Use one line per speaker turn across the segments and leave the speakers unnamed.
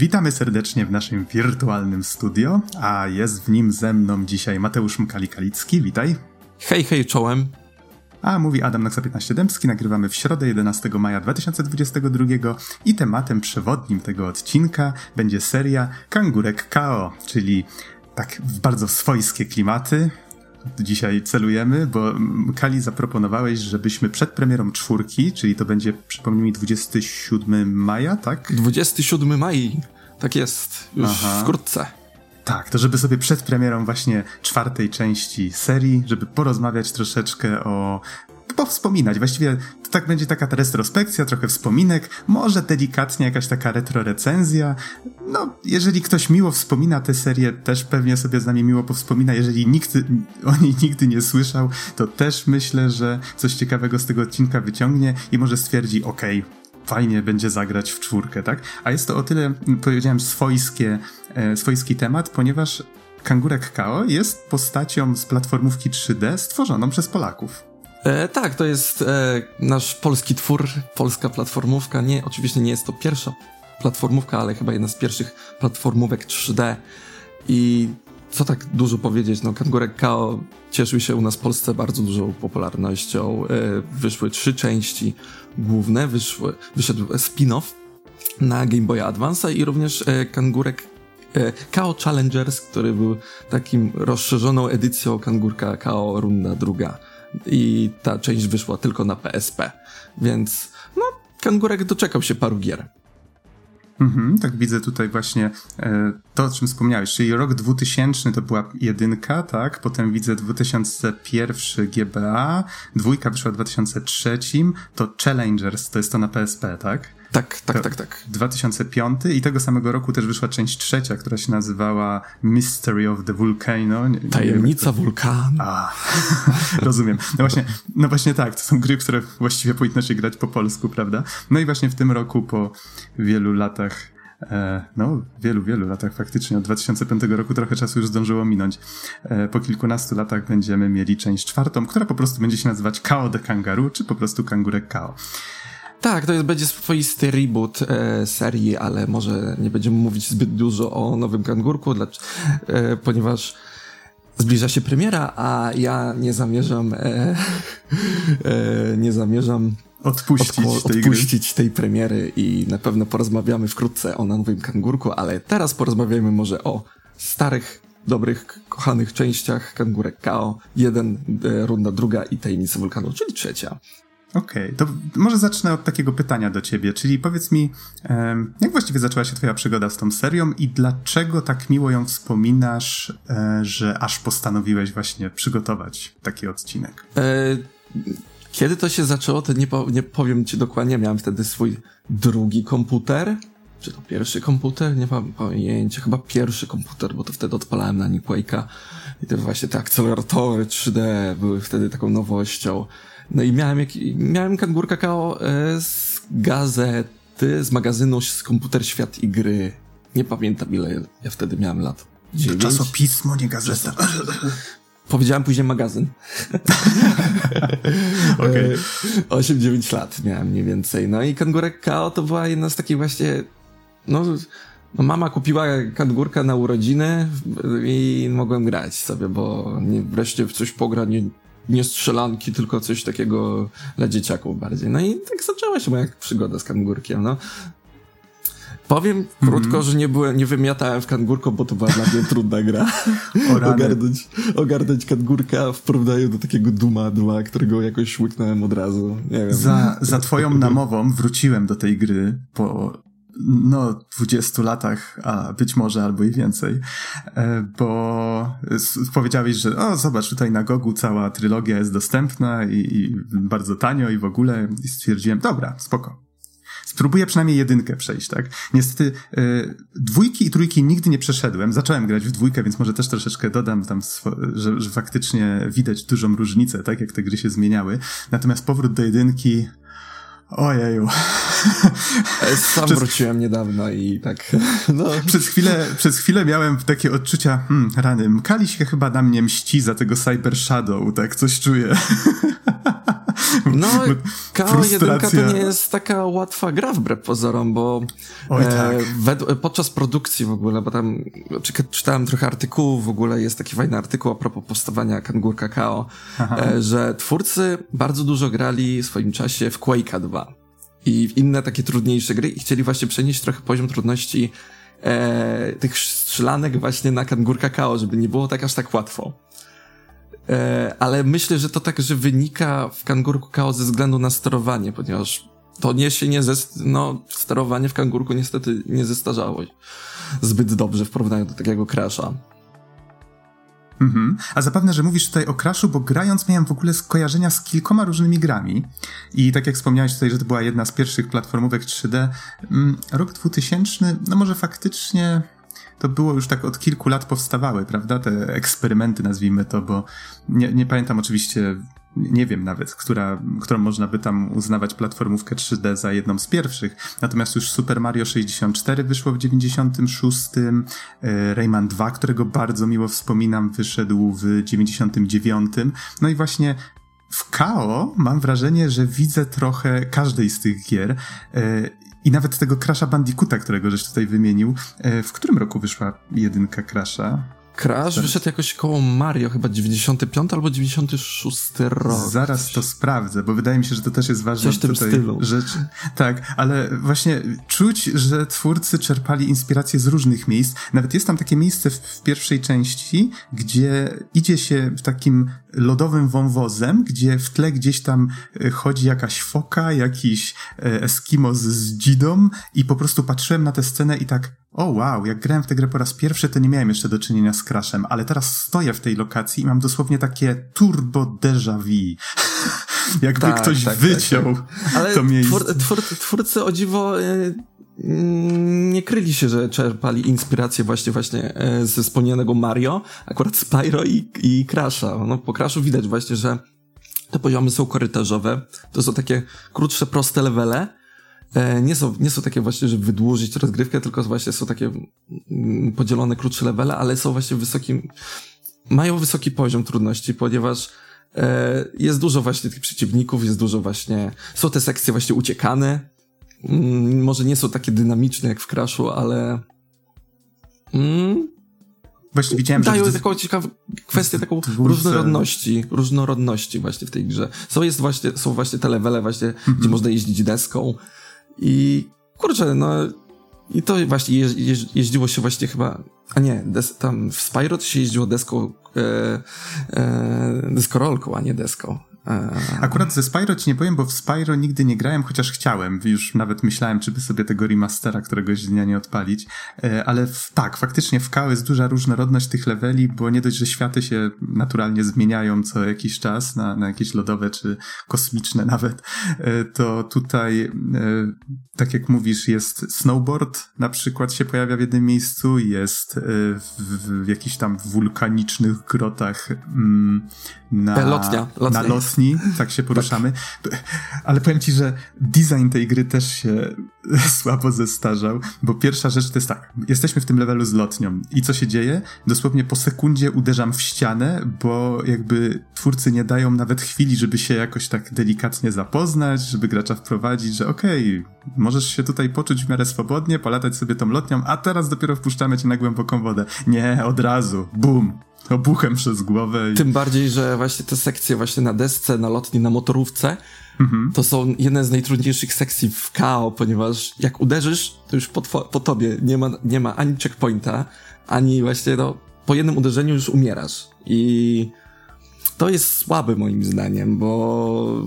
Witamy serdecznie w naszym wirtualnym studio, a jest w nim ze mną dzisiaj Mateusz Mkali-Kalicki. Witaj.
Hej, czołem.
A mówi Adam Noxa 15 Dębski. Nagrywamy w środę 11 maja 2022 i tematem przewodnim tego odcinka będzie seria Kangurek Kao, czyli tak w bardzo swojskie klimaty. Dzisiaj celujemy, bo Kali zaproponowałeś, żebyśmy przed premierą 4, czyli to będzie, przypomnij mi, 27 maja, tak?
27 maja, tak jest, już wkrótce. Tak,
to żeby sobie przed premierą właśnie 4 części serii, żeby porozmawiać troszeczkę powspominać. Właściwie to tak będzie taka ta retrospekcja, trochę wspominek, może delikatnie jakaś taka retrorecenzja. No, jeżeli ktoś miło wspomina tę serię, też pewnie sobie z nami miło powspomina. Jeżeli nikt o niej nigdy nie słyszał, to też myślę, że coś ciekawego z tego odcinka wyciągnie i może stwierdzi, okej, fajnie będzie zagrać w 4, tak? A jest to o tyle, powiedziałem, swojski temat, ponieważ Kangurek Kao jest postacią z platformówki 3D stworzoną przez Polaków.
Tak, to jest nasz polski twór, polska platformówka. Oczywiście nie jest to pierwsza platformówka, ale chyba jedna z pierwszych platformówek 3D. I co tak dużo powiedzieć, no Kangurek Kao cieszył się u nas w Polsce bardzo dużą popularnością. Wyszły 3 części główne, wyszedł spin-off na Game Boy Advance i również Kangurek Kao Challengers, który był takim rozszerzoną edycją Kangurka Kao Runda Druga. I ta część wyszła tylko na PSP, więc no, Kangurek doczekał się paru gier.
Tak widzę tutaj właśnie to, o czym wspomniałeś, czyli rok 2000 to była 1, tak? Potem widzę 2001 GBA, 2 wyszła w 2003, to Challengers, to jest to na PSP, tak?
Tak.
2005 i tego samego roku też wyszła część 3, która się nazywała Mystery of the Volcano.
Tajemnica wulkanu.
Rozumiem. No właśnie tak, to są gry, które właściwie powinno się grać po polsku, prawda? No i właśnie w tym roku po wielu latach, wielu latach faktycznie, od 2005 roku trochę czasu już zdążyło minąć. Po kilkunastu latach będziemy mieli część 4, która po prostu będzie się nazywać Kao the Kangaroo, czy po prostu Kangurek Kao.
Tak, to będzie swoisty reboot serii, ale może nie będziemy mówić zbyt dużo o nowym Kangurku, ponieważ zbliża się premiera, a ja nie zamierzam odpuścić tej premiery i na pewno porozmawiamy wkrótce o nowym Kangurku, ale teraz porozmawiajmy może o starych, dobrych, kochanych częściach Kangurek Kao, 1, Runda Druga i Tajemnica Wulkanu, czyli 3.
Okej, to może zacznę od takiego pytania do ciebie, czyli powiedz mi, jak właściwie zaczęła się twoja przygoda z tą serią i dlaczego tak miło ją wspominasz, że aż postanowiłeś właśnie przygotować taki odcinek?
Kiedy to się zaczęło, to nie powiem ci dokładnie, miałem wtedy swój drugi komputer, czy to pierwszy komputer, nie mam pojęcia, chyba pierwszy komputer, bo to wtedy odpalałem na nim Quake'a i to właśnie te akceleratory 3D były wtedy taką nowością. No i miałem Kangurka Kao z gazety, z magazynu z Komputer Świat i Gry. Nie pamiętam, ile ja wtedy miałem lat. 9?
To czasopismo, nie gazeta.
Powiedziałem później magazyn.
Okay.
8-9 lat miałem mniej więcej. No i Kangurek Kao to była jedna z takich właśnie... No mama kupiła Kangurka na urodziny i mogłem grać sobie, bo wreszcie w coś pograć, nie strzelanki, tylko coś takiego dla dzieciaków bardziej. No i tak zaczęła się moja przygoda z Kangurkiem, no. Powiem krótko, że nie wymiatałem w Kangurko, bo to była dla mnie trudna gra. Ogarnąć Kangurka w porównaniu do takiego Duma 2, którego jakoś łyknąłem od razu. Nie wiem.
Za twoją namową wróciłem do tej gry po 20 latach, a być może albo i więcej, bo powiedziałeś, że zobacz, tutaj na Gogu cała trylogia jest dostępna i bardzo tanio i w ogóle, i stwierdziłem, dobra, spoko. Spróbuję przynajmniej 1 przejść, tak? Niestety 2 i 3 nigdy nie przeszedłem. Zacząłem grać w 2, więc może też troszeczkę dodam tam, że faktycznie widać dużą różnicę, tak? Jak te gry się zmieniały. Natomiast powrót do 1... Ojeju.
Sam wróciłem niedawno i tak... No.
Przez chwilę miałem takie odczucia, rany, Kali się chyba na mnie mści za tego Cyber Shadow, tak? Coś czuję.
No, KO1 to nie jest taka łatwa gra wbrew pozorom, bo podczas produkcji w ogóle, bo tam czytałem trochę artykułów, w ogóle jest taki fajny artykuł a propos powstawania Kangurka KO, że twórcy bardzo dużo grali w swoim czasie w Quake'a 2 i w inne takie trudniejsze gry i chcieli właśnie przenieść trochę poziom trudności tych strzelanek właśnie na Kangurka KO, żeby nie było tak aż tak łatwo. Ale myślę, że to także wynika w Kangurku KO ze względu na sterowanie, ponieważ to sterowanie w Kangurku niestety nie zestarzało zbyt dobrze w porównaniu do takiego Crasha.
A zapewne, że mówisz tutaj o Crashu, bo grając miałem w ogóle skojarzenia z kilkoma różnymi grami i tak jak wspomniałeś tutaj, że to była jedna z pierwszych platformówek 3D, rok 2000, no może faktycznie to było już tak od kilku lat powstawały, prawda, te eksperymenty, nazwijmy to, bo nie pamiętam oczywiście, nie wiem nawet, którą można by tam uznawać platformówkę 3D za jedną z pierwszych. Natomiast już Super Mario 64 wyszło w 96, Rayman 2, którego bardzo miło wspominam, wyszedł w 99. No i właśnie w KO mam wrażenie, że widzę trochę każdej z tych gier. I nawet tego Crasha Bandicoota, którego żeś tutaj wymienił. W którym roku wyszła jedynka Crasha?
Crash wyszedł jakoś koło Mario, chyba 95 albo 96 rok.
Zaraz to sprawdzę, bo wydaje mi się, że to też jest ważna tutaj rzecz. Tak, ale właśnie czuć, że twórcy czerpali inspiracje z różnych miejsc. Nawet jest tam takie miejsce w pierwszej części, gdzie idzie się takim lodowym wąwozem, gdzie w tle gdzieś tam chodzi jakaś foka, jakiś Eskimos z dzidą i po prostu patrzyłem na tę scenę i tak o wow, jak grałem w tę grę po raz pierwszy, to nie miałem jeszcze do czynienia z Crashem, ale teraz stoję w tej lokacji i mam dosłownie takie turbo déjà vu. Jakby ktoś wyciął
ale
to miejsce.
Twórcy o dziwo nie kryli się, że czerpali inspirację właśnie ze wspomnianego Mario, akurat Spyro i Crasha. No, po Crashu widać właśnie, że te poziomy są korytarzowe, to są takie krótsze, proste levele. Nie są takie właśnie, żeby wydłużyć rozgrywkę, tylko właśnie są takie podzielone krótsze levele, ale są właśnie mają wysoki poziom trudności, ponieważ jest dużo właśnie tych przeciwników, jest dużo właśnie, są te sekcje właśnie uciekane, może nie są takie dynamiczne jak w Crashu, ale
właśnie widziałem,
dają taką ciekawą kwestię, taką różnorodności właśnie w tej grze. Są właśnie te levele właśnie, gdzie można jeździć deską i kurczę, no i to właśnie jeździło się właśnie chyba, a nie, tam w Spyro to się jeździło deskorolką, a nie deską.
Akurat ze Spyro ci nie powiem, bo w Spyro nigdy nie grałem, chociaż chciałem. Już nawet myślałem, czy by sobie tego remastera któregoś dnia nie odpalić. Ale tak, faktycznie w KO jest duża różnorodność tych leveli, bo nie dość, że światy się naturalnie zmieniają co jakiś czas na jakieś lodowe czy kosmiczne nawet, to tutaj, tak jak mówisz, jest snowboard na przykład się pojawia w jednym miejscu, jest w jakichś tam wulkanicznych grotach na lotni, tak się poruszamy. Tak. Ale powiem ci, że design tej gry też się słabo zestarzał, bo pierwsza rzecz to jest tak, jesteśmy w tym levelu z lotnią i co się dzieje? Dosłownie po sekundzie uderzam w ścianę, bo jakby twórcy nie dają nawet chwili, żeby się jakoś tak delikatnie zapoznać, żeby gracza wprowadzić, że okej, możesz się tutaj poczuć w miarę swobodnie, polatać sobie tą lotnią, a teraz dopiero wpuszczamy cię na głęboką wodę. Nie, od razu, bum, obuchem przez głowę.
Tym bardziej, że właśnie te sekcje właśnie na desce, na lotni, na motorówce, to są jedne z najtrudniejszych sekcji w KO, ponieważ jak uderzysz, to już po tobie nie ma ani checkpointa, ani właśnie po jednym uderzeniu już umierasz. I to jest słabe moim zdaniem, bo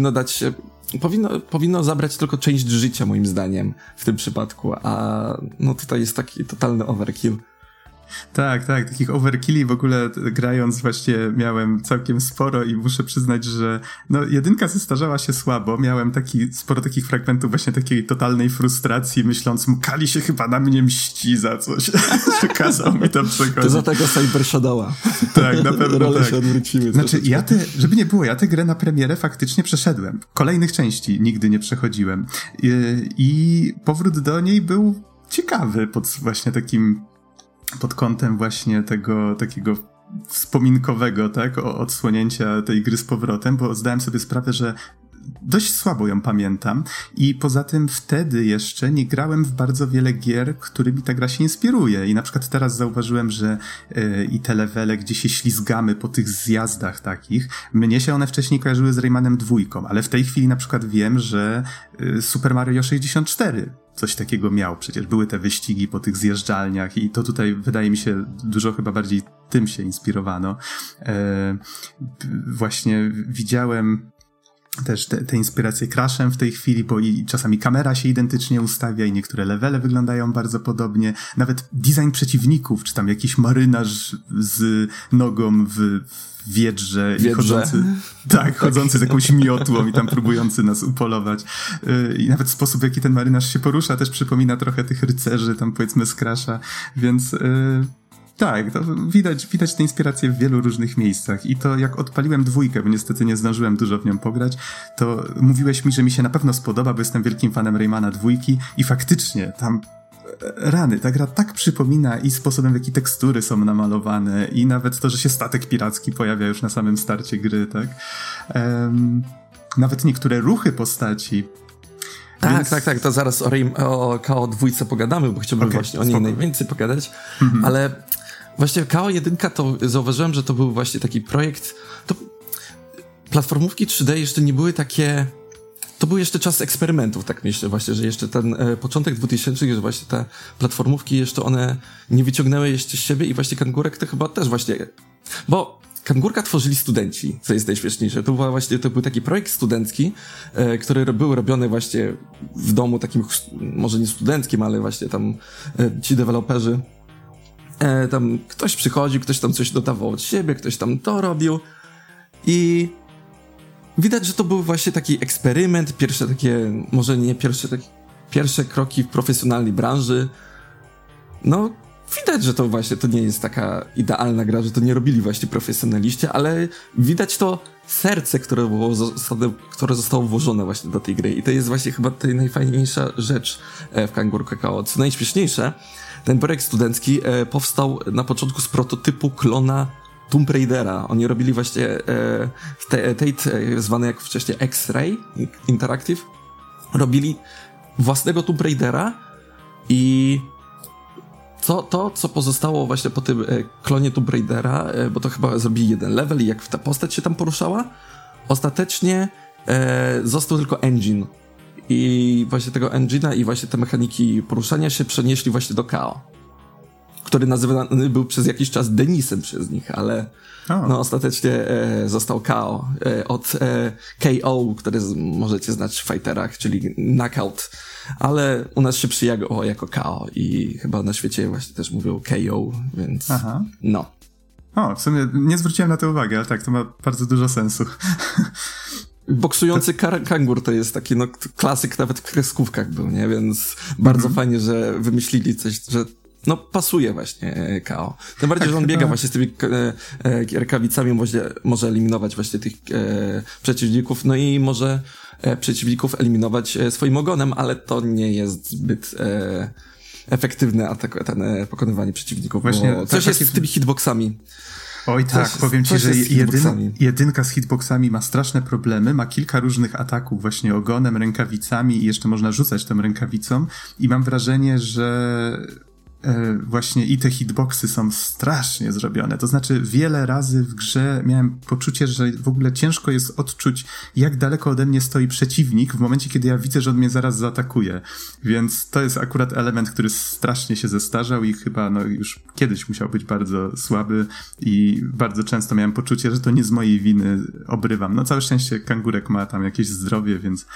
powinno zabrać tylko część życia moim zdaniem w tym przypadku, a no tutaj jest taki totalny overkill.
Tak, takich overkilli w ogóle grając właśnie miałem całkiem sporo i muszę przyznać, że no jedynka zestarzała się słabo, miałem sporo takich fragmentów właśnie takiej totalnej frustracji, myśląc, Kali się chyba na mnie mści za coś, że kazał mi to przechodzić.
To za tego Cyber Shadowa.
Tak, na pewno
rolę
tak.
się odwrócimy.
Znaczy żeby nie było, ja tę grę na premierę faktycznie przeszedłem. Kolejnych części nigdy nie przechodziłem. I powrót do niej był ciekawy pod kątem właśnie tego takiego wspominkowego, tak, odsłonięcia tej gry z powrotem, bo zdałem sobie sprawę, że dość słabo ją pamiętam i poza tym wtedy jeszcze nie grałem w bardzo wiele gier, którymi ta gra się inspiruje i na przykład teraz zauważyłem, że i te levele, gdzie się ślizgamy po tych zjazdach takich, mnie się one wcześniej kojarzyły z Raymanem 2, ale w tej chwili na przykład wiem, że Super Mario 64 coś takiego miał. Przecież były te wyścigi po tych zjeżdżalniach i to tutaj wydaje mi się dużo chyba bardziej tym się inspirowano. Właśnie widziałem też te inspiracje Crashem w tej chwili, bo i czasami kamera się identycznie ustawia i niektóre levele wyglądają bardzo podobnie. Nawet design przeciwników, czy tam jakiś marynarz z nogą w wiedrze i chodzący z jakąś miotłą i tam próbujący nas upolować. I nawet sposób, w jaki ten marynarz się porusza, też przypomina trochę tych rycerzy, tam powiedzmy z Crasha, więc tak, to widać te inspiracje w wielu różnych miejscach i to jak odpaliłem 2, bo niestety nie zdążyłem dużo w nią pograć, to mówiłeś mi, że mi się na pewno spodoba, bo jestem wielkim fanem Raymana 2 i faktycznie tam rany, ta gra tak przypomina i sposobem, w jaki tekstury są namalowane i nawet to, że się statek piracki pojawia już na samym starcie gry, tak? Nawet niektóre ruchy postaci.
Tak, to zaraz o KO 2 pogadamy, bo chciałbym właśnie o niej najwięcej pogadać, ale właśnie KO 1 to zauważyłem, że to był właśnie taki projekt, to platformówki 3D jeszcze nie były takie, to był jeszcze czas eksperymentów, tak myślę właśnie, że jeszcze ten początek 2000, że właśnie te platformówki jeszcze one nie wyciągnęły jeszcze z siebie i właśnie Kangurek to chyba też właśnie, bo Kangurka tworzyli studenci, co jest najśmieszniejsze. To był taki projekt studencki, który był robiony właśnie w domu takim, może nie studenckim, ale właśnie tam ci deweloperzy, tam ktoś przychodził, ktoś tam coś dodawał od siebie, ktoś tam to robił i widać, że to był właśnie taki eksperyment, pierwsze takie, może nie pierwsze kroki w profesjonalnej branży. No, widać, że to właśnie to nie jest taka idealna gra, że to nie robili właśnie profesjonaliści, ale widać to serce, które zostało włożone właśnie do tej gry i to jest właśnie chyba najfajniejsza rzecz w Kangurku KO. Co najśmieszniejsze, ten projekt studencki powstał na początku z prototypu klona Tomb Raidera. Oni robili właśnie Tate, zwany jak wcześniej X-Ray Interactive, robili własnego Tomb Raidera i co pozostało właśnie po tym klonie Tomb Raidera, bo to chyba zrobili jeden level i jak ta postać się tam poruszała, ostatecznie został tylko engine. I właśnie tego engine'a i właśnie te mechaniki poruszania się przenieśli właśnie do KO, który nazywany był przez jakiś czas Denisem przez nich, ale no ostatecznie został KO od KO, który możecie znać w fighterach, czyli knockout, ale u nas się przyjęło jako KO i chyba na świecie właśnie też mówią KO, więc no.
O, w sumie nie zwróciłem na to uwagi, ale tak, to ma bardzo dużo sensu.
Boksujący kangur to jest taki klasyk, nawet w kreskówkach był, nie? Więc bardzo fajnie, że wymyślili coś, że pasuje właśnie KO. Tym bardziej, że on biega właśnie z tymi rękawicami, może eliminować właśnie tych przeciwników, i może przeciwników eliminować swoim ogonem, ale to nie jest zbyt efektywne pokonywanie przeciwników, właśnie, bo coś jest z tymi hitboxami.
Oj tak, powiem ci, że jedynka z hitboxami ma straszne problemy, ma kilka różnych ataków właśnie ogonem, rękawicami i jeszcze można rzucać tą rękawicą i mam wrażenie, że właśnie i te hitboxy są strasznie zrobione. To znaczy wiele razy w grze miałem poczucie, że w ogóle ciężko jest odczuć, jak daleko ode mnie stoi przeciwnik w momencie, kiedy ja widzę, że on mnie zaraz zaatakuje. Więc to jest akurat element, który strasznie się zestarzał i chyba już kiedyś musiał być bardzo słaby i bardzo często miałem poczucie, że to nie z mojej winy obrywam. Całe szczęście Kangurek ma tam jakieś zdrowie, więc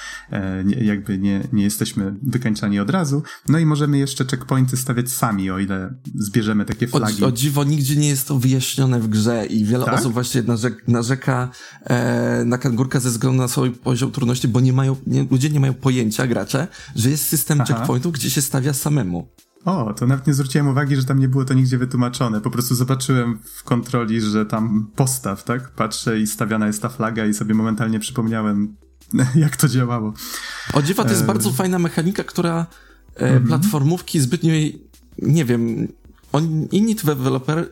nie jesteśmy wykańczani od razu. I możemy jeszcze checkpointy stawiać sami, o ile zbierzemy takie flagi.
O dziwo, nigdzie nie jest to wyjaśnione w grze i wiele osób właśnie narzeka na Kangurka ze względu na swój poziom trudności, bo ludzie nie mają pojęcia, gracze, że jest system checkpointów, gdzie się stawia samemu.
O, to nawet nie zwróciłem uwagi, że tam nie było to nigdzie wytłumaczone. Po prostu zobaczyłem w kontroli, że tam postaw, tak? Patrzę i stawiana jest ta flaga i sobie momentalnie przypomniałem, jak to działało.
O dziwo, to jest bardzo fajna mechanika, która platformówki zbytnio nie wiem, inni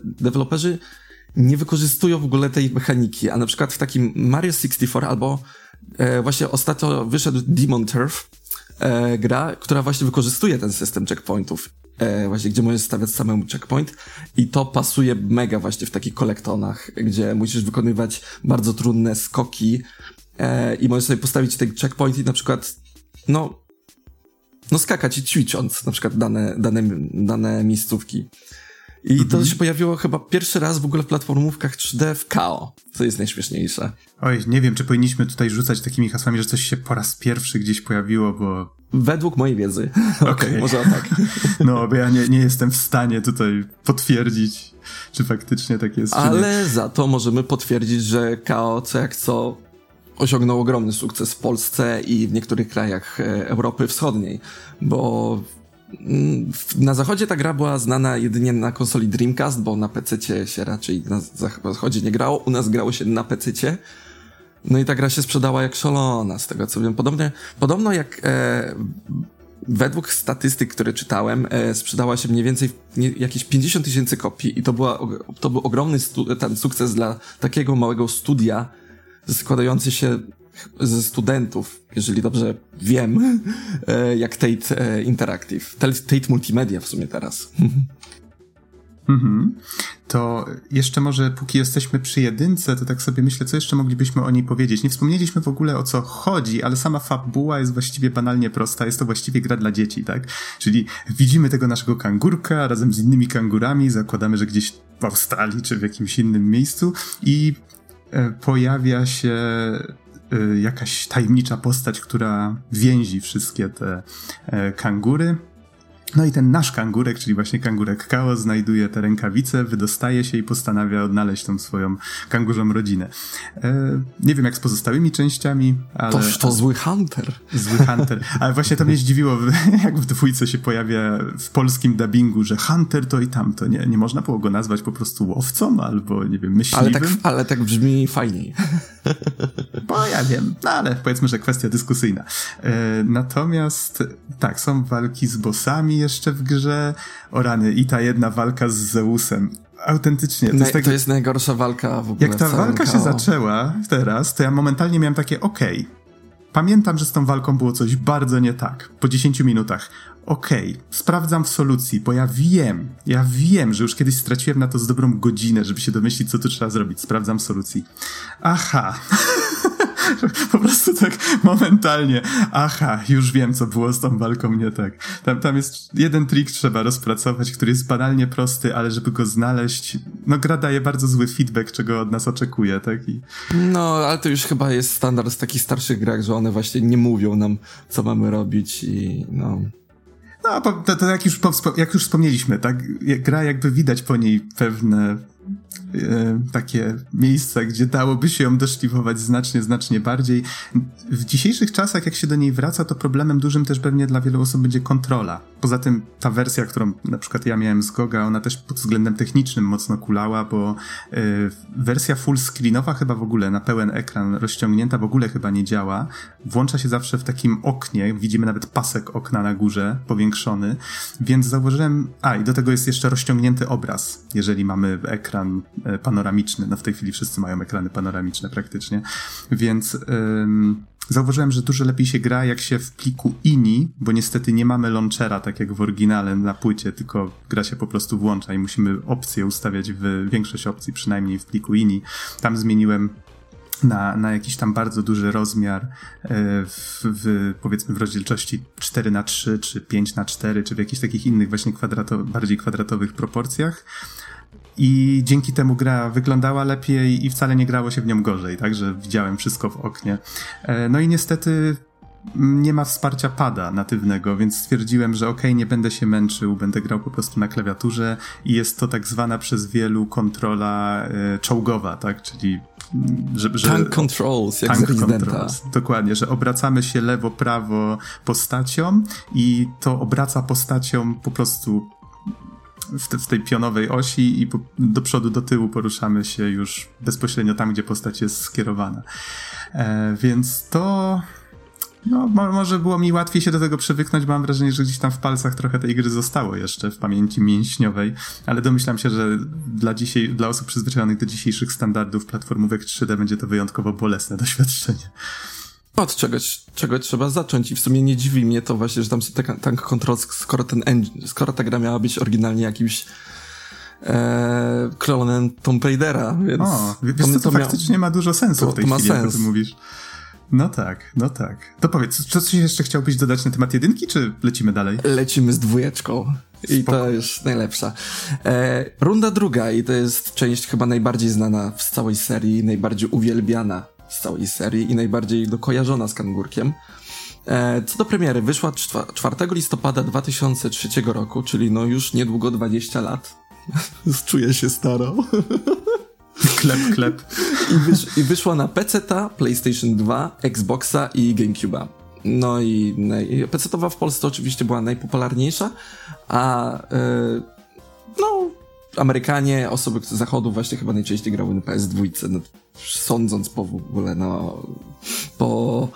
deweloperzy nie wykorzystują w ogóle tej mechaniki, a na przykład w takim Mario 64 albo Właśnie ostatnio wyszedł Demon Turf, gra, która właśnie wykorzystuje ten system checkpointów, właśnie gdzie możesz stawiać samemu checkpoint i to pasuje mega właśnie w takich kolektonach, gdzie musisz wykonywać bardzo trudne skoki i możesz sobie postawić ten checkpoint i na przykład no skakać i ćwicząc na przykład dane miejscówki. I to się pojawiło chyba pierwszy raz w ogóle w platformówkach 3D w KO, co jest najśmieszniejsze.
Oj, nie wiem, czy powinniśmy tutaj rzucać takimi hasłami, że coś się po raz pierwszy gdzieś pojawiło, bo...
Według mojej wiedzy. Okej, może tak.
No, bo ja nie jestem w stanie tutaj potwierdzić, czy faktycznie tak jest,
ale za to możemy potwierdzić, że KO co jak co osiągnął ogromny sukces w Polsce i w niektórych krajach Europy Wschodniej, bo na zachodzie ta gra była znana jedynie na konsoli Dreamcast, bo na PC-cie się raczej na zachodzie nie grało, u nas grało się na PC-cie. No i ta gra się sprzedała jak szalona, z tego co wiem. Podobno jak według statystyk, które czytałem, sprzedała się mniej więcej jakieś 50 000 kopii i to był ogromny ten sukces dla takiego małego studia składający się ze studentów, jeżeli dobrze wiem, jak Tate Interactive. Tate Multimedia w sumie teraz.
To jeszcze może, póki jesteśmy przy jedynce, to tak sobie myślę, co jeszcze moglibyśmy o niej powiedzieć. Nie wspomnieliśmy w ogóle, o co chodzi, ale sama fabuła jest właściwie banalnie prosta. Jest to właściwie gra dla dzieci, tak? Czyli widzimy tego naszego kangurka razem z innymi kangurami, zakładamy, że gdzieś w Australii czy w jakimś innym miejscu i pojawia się jakaś tajemnicza postać, która więzi wszystkie te kangury. No i ten nasz kangurek, czyli właśnie kangurek KO, znajduje te rękawice, wydostaje się i postanawia odnaleźć tą swoją kangurzą rodzinę. Nie wiem jak z pozostałymi częściami, ale...
Toż to zły Hunter.
Zły Hunter. Ale właśnie to mnie zdziwiło, jak w dwójce się pojawia w polskim dubbingu, że Hunter to i tamto. Nie można było go nazwać po prostu łowcą albo, nie wiem, myśliwym.
Ale tak brzmi fajniej.
Bo ja wiem, no ale powiedzmy, że kwestia dyskusyjna. Natomiast tak, są walki z bossami jeszcze w grze. O rany, i ta jedna walka z Zeusem. Autentycznie.
To jest najgorsza walka w ogóle.
Jak ta walka się zaczęła teraz, to ja momentalnie miałem takie pamiętam, że z tą walką było coś bardzo nie tak. Po 10 minutach. Sprawdzam w solucji, bo ja wiem, że już kiedyś straciłem na to z dobrą godzinę, żeby się domyślić, co tu trzeba zrobić. Sprawdzam w solucji. Aha. Po prostu tak momentalnie. Aha, już wiem, co było z tą walką nie tak. Tam jest jeden trik trzeba rozpracować, który jest banalnie prosty, ale żeby go znaleźć, no gra daje bardzo zły feedback, czego od nas oczekuje, tak?
No, ale to już chyba jest standard w takich starszych grach, że one właśnie nie mówią nam, co mamy robić i no...
No, to jak już wspomnieliśmy, tak? Gra jakby widać po niej pewne takie miejsca, gdzie dałoby się ją doszlifować znacznie bardziej. W dzisiejszych czasach, jak się do niej wraca, to problemem dużym też pewnie dla wielu osób będzie kontrola. Poza tym ta wersja, którą na przykład ja miałem z GOGa, ona też pod względem technicznym mocno kulała, bo wersja full screenowa chyba w ogóle na pełen ekran rozciągnięta w ogóle chyba nie działa. Włącza się zawsze w takim oknie, widzimy nawet pasek okna na górze, powiększony, więc zauważyłem, i do tego jest jeszcze rozciągnięty obraz, jeżeli mamy ekran panoramiczny. No w tej chwili wszyscy mają ekrany panoramiczne praktycznie, więc zauważyłem, że dużo lepiej się gra, jak się w pliku INI, bo niestety nie mamy launchera, tak jak w oryginale na płycie, tylko gra się po prostu włącza i musimy opcje ustawiać, większość opcji przynajmniej w pliku INI. Tam zmieniłem na jakiś tam bardzo duży rozmiar powiedzmy w rozdzielczości 4:3 czy 5:4 czy w jakichś takich innych właśnie bardziej kwadratowych proporcjach. I dzięki temu gra wyglądała lepiej i wcale nie grało się w nią gorzej, także widziałem wszystko w oknie. No i niestety nie ma wsparcia pada natywnego, więc stwierdziłem, że nie będę się męczył, będę grał po prostu na klawiaturze i jest to tak zwana przez wielu kontrola czołgowa, tak, czyli
tank controls, jak z Residenta.
Dokładnie, że obracamy się lewo, prawo postacią i to obraca postacią po prostu w tej pionowej osi i do przodu, do tyłu poruszamy się już bezpośrednio tam, gdzie postać jest skierowana. Więc to... No, może było mi łatwiej się do tego przywyknąć, bo mam wrażenie, że gdzieś tam w palcach trochę tej gry zostało jeszcze w pamięci mięśniowej, ale domyślam się, że dla osób przyzwyczajonych do dzisiejszych standardów platformówek 3D będzie to wyjątkowo bolesne doświadczenie.
Od czego trzeba zacząć i w sumie nie dziwi mnie to właśnie, że tam są tank control, skoro ta gra miała być oryginalnie jakimś klonem Tomb Raidera, więc...
Wiesz co, to faktycznie ma dużo sensu w tej chwili, jak o tym mówisz. No tak. To powiedz, coś jeszcze chciałbyś dodać na temat jedynki, czy lecimy dalej?
Lecimy z 2. I to już najlepsza. Runda druga i to jest część chyba najbardziej znana z całej serii, najbardziej uwielbiana z całej serii i najbardziej kojarzona z kangurkiem. Co do premiery, wyszła 4 listopada 2003 roku, czyli no już niedługo 20 lat. Czuję się staro.
Klep.
I wyszła na PC-ta, PlayStation 2, Xboxa i GameCube'a. No i PC-towa w Polsce oczywiście była najpopularniejsza, a Amerykanie, osoby z zachodu właśnie chyba najczęściej grały na PS2, no, sądząc po w ogóle, po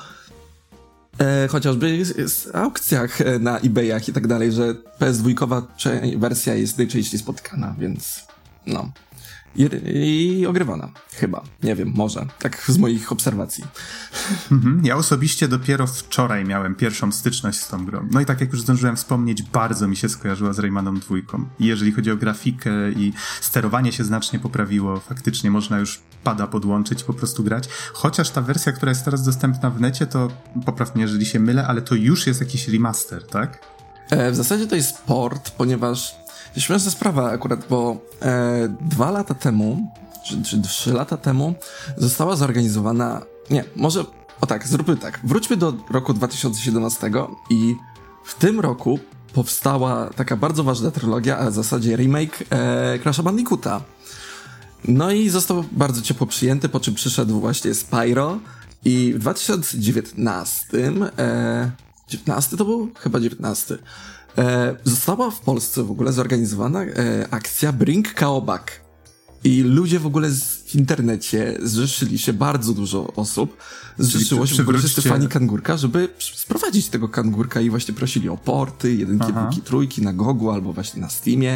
chociażby aukcjach na eBayach i tak dalej, że PS2 wersja jest najczęściej spotykana, więc no. I ogrywana. Chyba. Nie wiem, może. Tak z moich obserwacji.
Ja osobiście dopiero wczoraj miałem pierwszą styczność z tą grą. No i tak jak już zdążyłem wspomnieć, bardzo mi się skojarzyła z Raymanem 2. I jeżeli chodzi o grafikę i sterowanie się znacznie poprawiło, faktycznie można już pada podłączyć i po prostu grać. Chociaż ta wersja, która jest teraz dostępna w necie, to popraw mnie, jeżeli się mylę, ale to już jest jakiś remaster, tak?
W zasadzie to jest port, ponieważ śmieszna sprawa akurat, bo 2 lata temu, czy 3 lata temu została zorganizowana... Nie, może... zróbmy tak. Wróćmy do roku 2017 i w tym roku powstała taka bardzo ważna trylogia, a w zasadzie remake Crash'a Bandicoota. No i został bardzo ciepło przyjęty, po czym przyszedł właśnie Spyro i w 2019... 19 to był? Chyba 19. Została w Polsce w ogóle zorganizowana akcja Bring Kao Back. I ludzie w ogóle w internecie zrzeszyli się, bardzo dużo osób zrzeszyło się, w ogóle wszyscy fani kangurka, żeby sprowadzić tego kangurka i właśnie prosili o porty, 1, 2, 3 na Gogu albo właśnie na Steamie.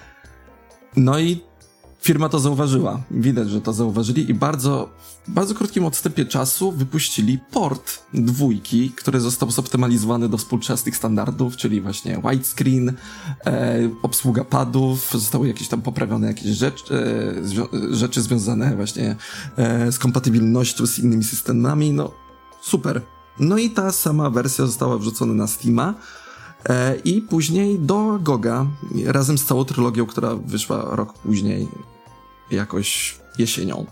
No i firma to zauważyła. Widać, że to zauważyli i bardzo krótkim odstępie czasu wypuścili port 2, który został zoptymalizowany do współczesnych standardów, czyli właśnie widescreen, obsługa padów, zostały jakieś tam poprawione jakieś rzeczy związane właśnie z kompatybilnością z innymi systemami, no super. No i ta sama wersja została wrzucona na Steama i później do Goga, razem z całą trylogią, która wyszła rok później, jakoś jesienią.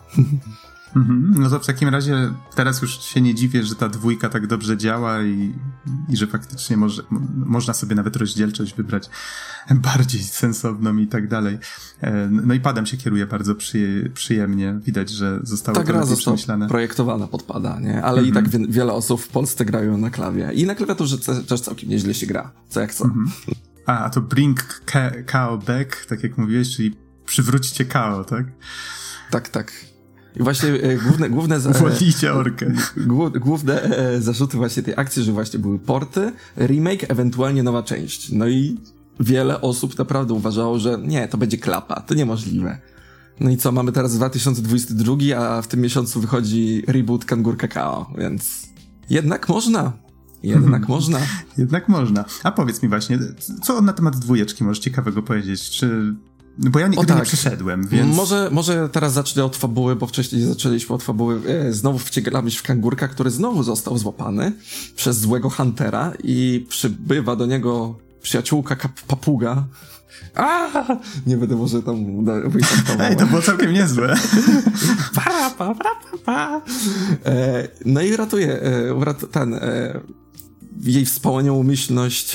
No to w takim razie teraz już się nie dziwię, że ta 2 tak dobrze działa i że faktycznie można sobie nawet rozdzielczość wybrać bardziej sensowną i tak dalej. No i padem się kieruje bardzo przyjemnie. Widać, że zostało
ta
to
gra została
przemyślane.
Projektowana pod pada, nie? Ale i tak wiele osób w Polsce grają na klawie. I na klawiaturze też całkiem nieźle się gra. Co jak co.
A to Bring Kao Back, tak jak mówiłeś, czyli przywróćcie Kao, tak?
Tak. I właśnie główne
uwolnijcie orkę.
Główne zarzuty właśnie tej akcji, że właśnie były porty, remake, ewentualnie nowa część. No i wiele osób naprawdę uważało, że nie, to będzie klapa, to niemożliwe. No i co, mamy teraz 2022, a w tym miesiącu wychodzi reboot Kangurka Kao, więc jednak można. Jednak można.
A powiedz mi właśnie, co na temat 2 możesz ciekawego powiedzieć? Bo ja nigdy nie przeszedłem, więc...
Może teraz zacznę od fabuły, bo wcześniej zaczęliśmy od fabuły. Znowu wcielamy się w kangurka, który znowu został złapany przez złego huntera i przybywa do niego przyjaciółka papuga. Nie będę może tam
Ej, to było całkiem niezłe.
No i ratuje jej wspaniałomyślność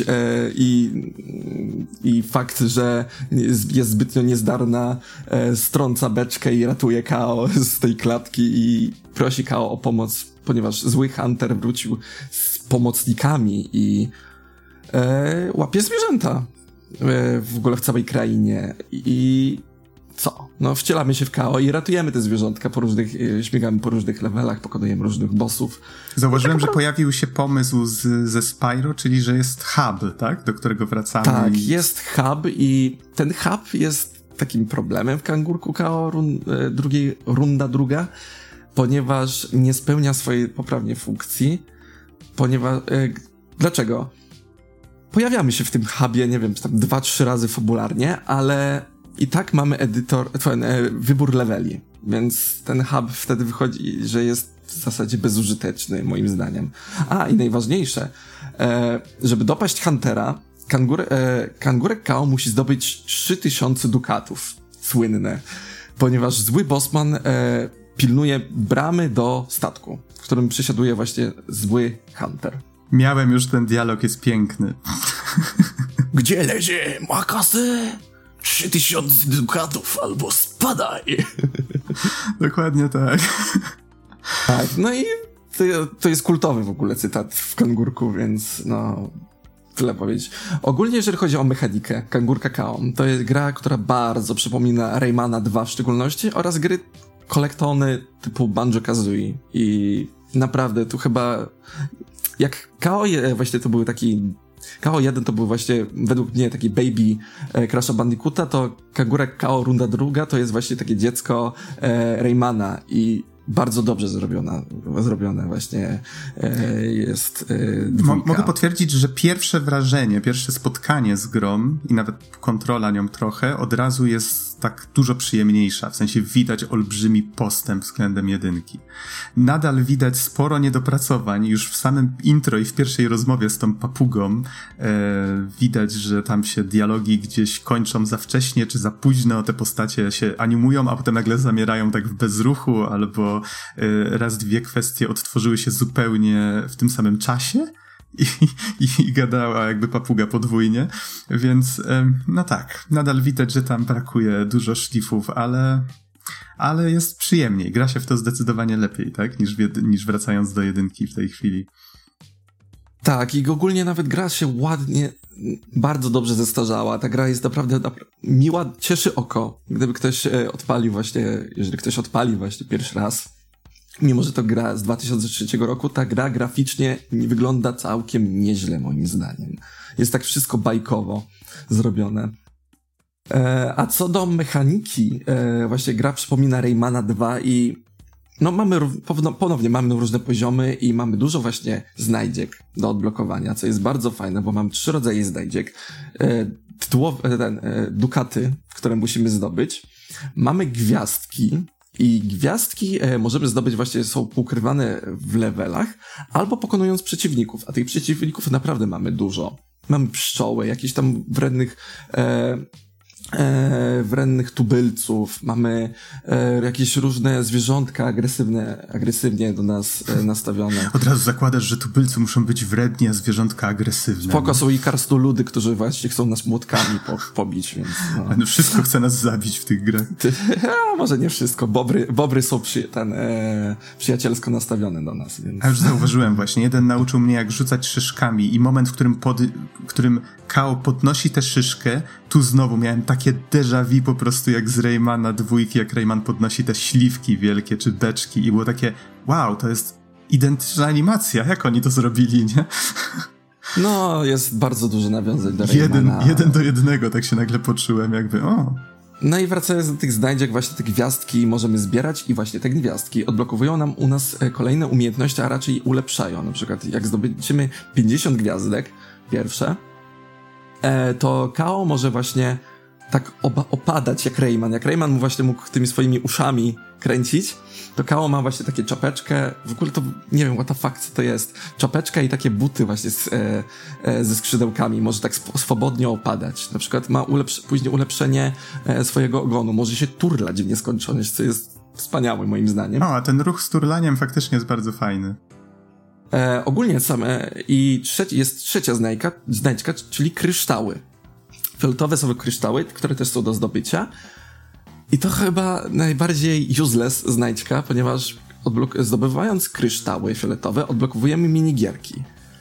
i fakt, że jest zbytnio niezdarna, strąca beczkę i ratuje Kao z tej klatki i prosi Kao o pomoc, ponieważ zły hunter wrócił z pomocnikami i łapie zwierzęta w ogóle w całej krainie i co? No wcielamy się w Kao i ratujemy te zwierzątka śmigamy po różnych levelach, pokonujemy różnych bossów.
Zauważyłem, że pojawił się pomysł ze Spyro, czyli że jest hub, tak? Do którego wracamy.
Tak, jest hub i ten hub jest takim problemem w Kangurku Kao, runda druga, ponieważ nie spełnia swojej poprawnie funkcji, ponieważ... Dlaczego? Pojawiamy się w tym hubie, nie wiem, tam 2-3 razy fabularnie, ale i tak mamy wybór leveli, więc ten hub wtedy wychodzi, że jest w zasadzie bezużyteczny, moim zdaniem. A, i najważniejsze, żeby dopaść Huntera, Kangurek Kao musi zdobyć 3000 dukatów, słynne, ponieważ zły bossman pilnuje bramy do statku, w którym przesiaduje właśnie zły Hunter.
Miałem już ten dialog, jest piękny.
Gdzie leży? Ma kasę? 3000 dukatów albo spadaj.
Dokładnie tak.
Tak, no i to jest kultowy w ogóle cytat w Kangurku, więc no... Tyle powiedzieć. Ogólnie, jeżeli chodzi o mechanikę Kangurka Kao, to jest gra, która bardzo przypomina Raymana 2 w szczególności oraz gry kolektony typu Banjo-Kazooie i naprawdę tu chyba jak Kao właśnie to był taki Kao 1 to był właśnie według mnie taki baby Crash'a Bandicoota, to Kangurek Kao runda druga to jest właśnie takie dziecko Raymana i bardzo dobrze zrobione właśnie jest dwójka.
Mogę potwierdzić, że pierwsze wrażenie, pierwsze spotkanie z grą i nawet kontrola nią trochę od razu jest tak dużo przyjemniejsza, w sensie widać olbrzymi postęp względem jedynki. Nadal widać sporo niedopracowań, już w samym intro i w pierwszej rozmowie z tą papugą widać, że tam się dialogi gdzieś kończą za wcześnie czy za późno, te postacie się animują, a potem nagle zamierają tak w bezruchu, albo raz dwie kwestie odtworzyły się zupełnie w tym samym czasie i gadała jakby papuga podwójnie, więc no tak, nadal widać, że tam brakuje dużo szlifów, ale jest przyjemniej, gra się w to zdecydowanie lepiej, tak, niż wracając do jedynki w tej chwili.
Tak, i ogólnie nawet gra się ładnie, bardzo dobrze zestarzała. Ta gra jest naprawdę miła, cieszy oko. Gdyby ktoś odpalił właśnie, jeżeli ktoś odpali właśnie pierwszy raz, mimo że to gra z 2003 roku, ta gra graficznie wygląda całkiem nieźle, moim zdaniem. Jest tak wszystko bajkowo zrobione. A co do mechaniki, właśnie gra przypomina Raymana 2 i no ponownie mamy różne poziomy i mamy dużo właśnie znajdziek do odblokowania, co jest bardzo fajne, bo mam 3 rodzaje znajdziek. Dukaty, które musimy zdobyć. Mamy gwiazdki i gwiazdki możemy zdobyć właśnie, są ukrywane w levelach albo pokonując przeciwników, a tych przeciwników naprawdę mamy dużo. Mamy pszczoły, jakieś tam wrennych tubylców, mamy jakieś różne zwierzątka agresywnie do nas nastawione.
Od razu zakładasz, że tubylcy muszą być wredni, a zwierzątka agresywne.
Spoko, są i karstoludy, którzy właśnie chcą nas młotkami pobić, więc no.
Ale wszystko chce nas zabić w tych grach.
Może nie wszystko. Bobry są przyjacielsko nastawione do nas, więc...
A już zauważyłem właśnie, jeden nauczył mnie, jak rzucać szyszkami i moment, w którym Kao podnosi tę szyszkę, tu znowu miałem takie déjà vu po prostu jak z Raymana 2, jak Rayman podnosi te śliwki wielkie czy beczki i było takie, wow, to jest identyczna animacja, jak oni to zrobili, nie?
No, jest bardzo dużo nawiązań do Raymana.
1:1, tak się nagle poczułem, jakby,
No i wracając do tych znajdziek, właśnie te gwiazdki możemy zbierać i właśnie te gwiazdki odblokowują nam u nas kolejne umiejętności, a raczej ulepszają. Na przykład jak zdobędziemy 50 gwiazdek, pierwsze, to Kao może właśnie tak opadać jak Rayman. Jak Rayman mu właśnie mógł tymi swoimi uszami kręcić, to Kao ma właśnie takie czapeczkę, w ogóle to nie wiem, what the fuck, co to jest. Czapeczkę i takie buty właśnie ze skrzydełkami, może tak swobodnie opadać. Na przykład ma później ulepszenie swojego ogonu, może się turlać w nieskończoność, co jest wspaniałe moim zdaniem.
A ten ruch z turlaniem faktycznie jest bardzo fajny.
Ogólnie jest trzecia znajdźka, czyli kryształy. Fioletowe są kryształy, które też są do zdobycia. I to chyba najbardziej useless znajdźka, ponieważ zdobywając kryształy fioletowe odblokowujemy minigierki.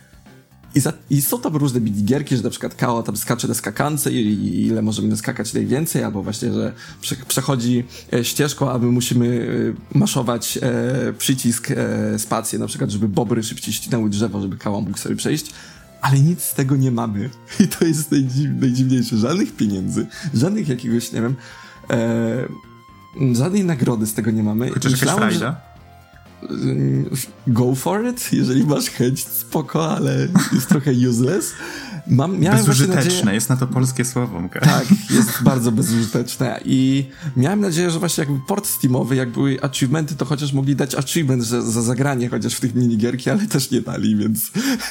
I są tam różne minigierki, że na przykład Kao tam skacze na skakance i ile możemy skakać najwięcej, albo właśnie, że przechodzi ścieżką, a my musimy maszować przycisk spację, na przykład, żeby bobry szybciej ścinały drzewo, żeby Kao mógł sobie przejść. Ale nic z tego nie mamy. I to jest najdziwniejsze. Żadnych pieniędzy, żadnych jakiegoś, nie wiem, żadnej nagrody z tego nie mamy.
Chociaż jakaś frajda?
go for it, jeżeli masz chęć, spoko, ale jest trochę useless. Miałem
bezużyteczne,
nadzieję,
jest na to polskie słowo.
Tak, jest bardzo bezużyteczne i miałem nadzieję, że właśnie jakby port Steamowy, jak były achievementy, to chociaż mogli dać achievement za zagranie chociaż w tych minigierki, ale też nie dali, więc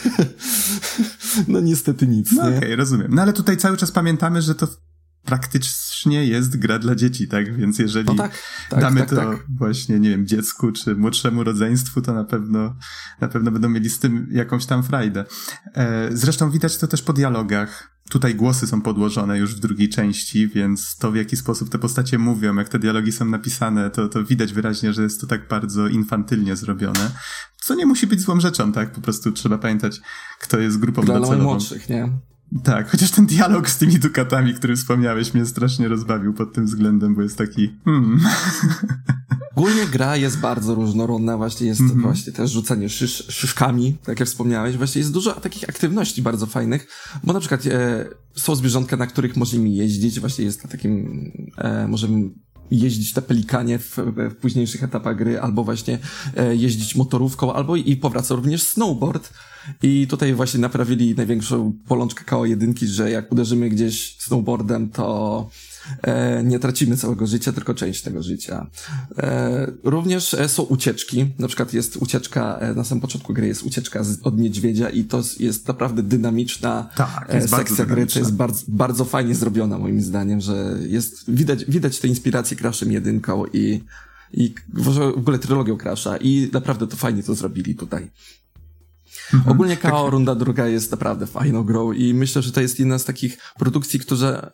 no niestety nic.
No okej, rozumiem. No ale tutaj cały czas pamiętamy, że to praktycznie jest gra dla dzieci, tak? Więc jeżeli damy to właśnie, nie wiem, dziecku czy młodszemu rodzeństwu, to na pewno będą mieli z tym jakąś tam frajdę. Zresztą widać to też po dialogach. Tutaj głosy są podłożone już w drugiej części, więc to w jaki sposób te postacie mówią, jak te dialogi są napisane, to widać wyraźnie, że jest to tak bardzo infantylnie zrobione. Co nie musi być złą rzeczą, tak? Po prostu trzeba pamiętać, kto jest grupą docelową. Dla
najmłodszych, nie?
Tak, chociaż ten dialog z tymi dukatami, który wspomniałeś, mnie strasznie rozbawił pod tym względem, bo jest taki
Ogólnie gra jest bardzo różnorodna, właśnie jest właśnie też rzucanie szyszkami, tak jak wspomniałeś, właśnie jest dużo takich aktywności bardzo fajnych, bo na przykład są zwierzątka, na których możemy jeździć, właśnie jest na takim, możemy jeździć na pelikanie w późniejszych etapach gry, albo właśnie jeździć motorówką, albo i powraca również snowboard. I tutaj właśnie naprawili największą bolączkę KO1, że jak uderzymy gdzieś snowboardem, to nie tracimy całego życia, tylko część tego życia. Również są ucieczki. Na przykład jest ucieczka, na samym początku gry jest ucieczka od niedźwiedzia i to jest naprawdę dynamiczna sekcja gry. To jest bardzo, bardzo fajnie zrobiona moim zdaniem, że jest, widać te inspiracje Crashem 1 i w ogóle trylogią Crasha i naprawdę to fajnie to zrobili tutaj. Ogólnie KO Runda Druga jest naprawdę fajną grą i myślę, że to jest jedna z takich produkcji, która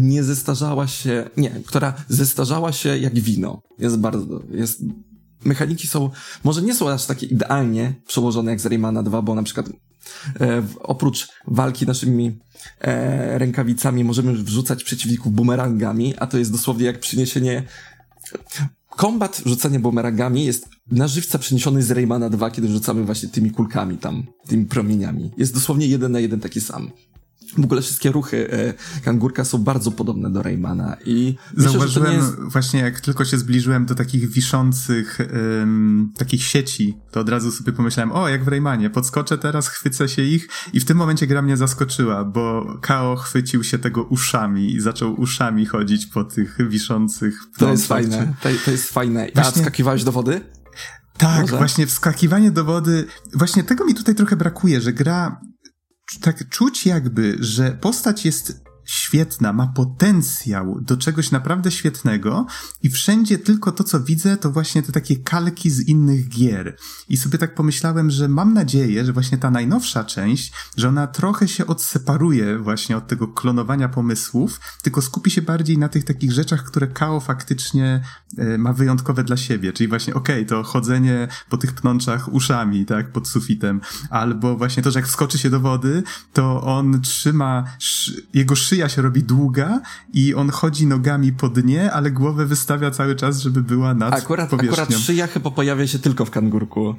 która zestarzała się jak wino. Mechaniki są, może nie są aż takie idealnie przełożone jak z Raymana 2, bo na przykład oprócz walki naszymi rękawicami możemy wrzucać przeciwników bumerangami, a to jest dosłownie jak przyniesienie... Kombat rzucania bumerangami jest na żywca przeniesiony z Raymana 2, kiedy rzucamy właśnie tymi kulkami tam, tymi promieniami. Jest dosłownie 1 na 1 taki sam. W ogóle wszystkie ruchy kangurka są bardzo podobne do Raymana i
zauważyłem właśnie, jak tylko się zbliżyłem do takich wiszących takich sieci, to od razu sobie pomyślałem, jak w Raymanie, podskoczę teraz, chwycę się ich i w tym momencie gra mnie zaskoczyła, bo KO chwycił się tego uszami i zaczął uszami chodzić po tych wiszących prądach.
To jest fajne, to jest fajne. A wskakiwałeś do wody?
Tak, może? Właśnie wskakiwanie do wody, właśnie tego mi tutaj trochę brakuje, że gra tak czuć jakby, że postać jest świetna, ma potencjał do czegoś naprawdę świetnego i wszędzie tylko to, co widzę, to właśnie te takie kalki z innych gier. I sobie tak pomyślałem, że mam nadzieję, że właśnie ta najnowsza część, że ona trochę się odseparuje właśnie od tego klonowania pomysłów, tylko skupi się bardziej na tych takich rzeczach, które KO faktycznie ma wyjątkowe dla siebie. Czyli właśnie to chodzenie po tych pnączach uszami, tak, pod sufitem, albo właśnie to, że jak wskoczy się do wody, to on trzyma, jego szyja się robi długa i on chodzi nogami po dnie, ale głowę wystawia cały czas, żeby była nad powierzchnią.
Akurat szyja chyba pojawia się tylko w kangurku,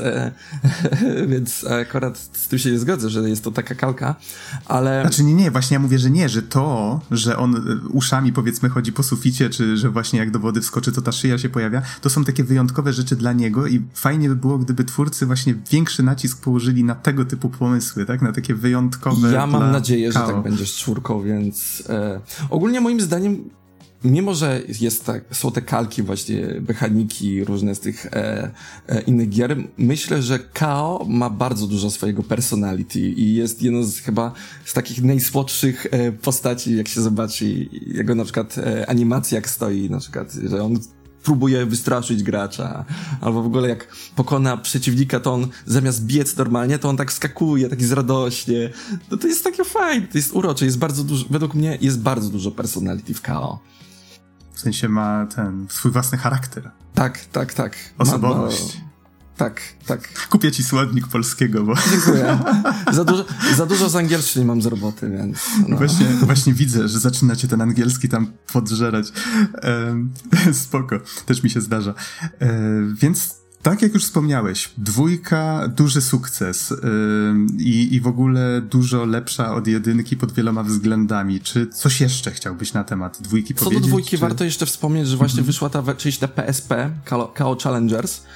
więc akurat z tym się nie zgodzę, że jest to taka kalka, ale...
Znaczy nie, właśnie ja mówię, że nie, że to, że on uszami powiedzmy chodzi po suficie, czy że właśnie jak do wody wskoczy, to ta szyja się pojawia, to są takie wyjątkowe rzeczy dla niego i fajnie by było, gdyby twórcy właśnie większy nacisk położyli na tego typu pomysły, tak? Na takie wyjątkowe.
Ja mam nadzieję, że tak będzie z 4, więc ogólnie moim zdaniem, mimo że są te kalki właśnie, mechaniki różne z tych innych gier, myślę, że KO ma bardzo dużo swojego personality i jest jedną chyba z takich najsłodszych postaci, jak się zobaczy jego na przykład animacja, jak stoi na przykład, że on próbuje wystraszyć gracza, albo w ogóle jak pokona przeciwnika, to on zamiast biec normalnie, to on tak skakuje, tak radośnie. No to jest takie fajne, to jest urocze, jest bardzo dużo, według mnie jest bardzo dużo personality w KO.
W sensie ma swój własny charakter.
Tak.
Osobowość.
Tak.
Kupię ci słownik polskiego, bo...
Dziękuję. Za dużo z angielszczyny mam z roboty, więc... No.
Właśnie widzę, że zaczynacie ten angielski tam podżerać. Spoko. Też mi się zdarza. Więc tak jak już wspomniałeś, 2 duży sukces i w ogóle dużo lepsza od 1 pod wieloma względami. Czy coś jeszcze chciałbyś na temat 2 powiedzieć?
Co do 2 warto jeszcze wspomnieć, że właśnie wyszła ta część na PSP, KO Challengers,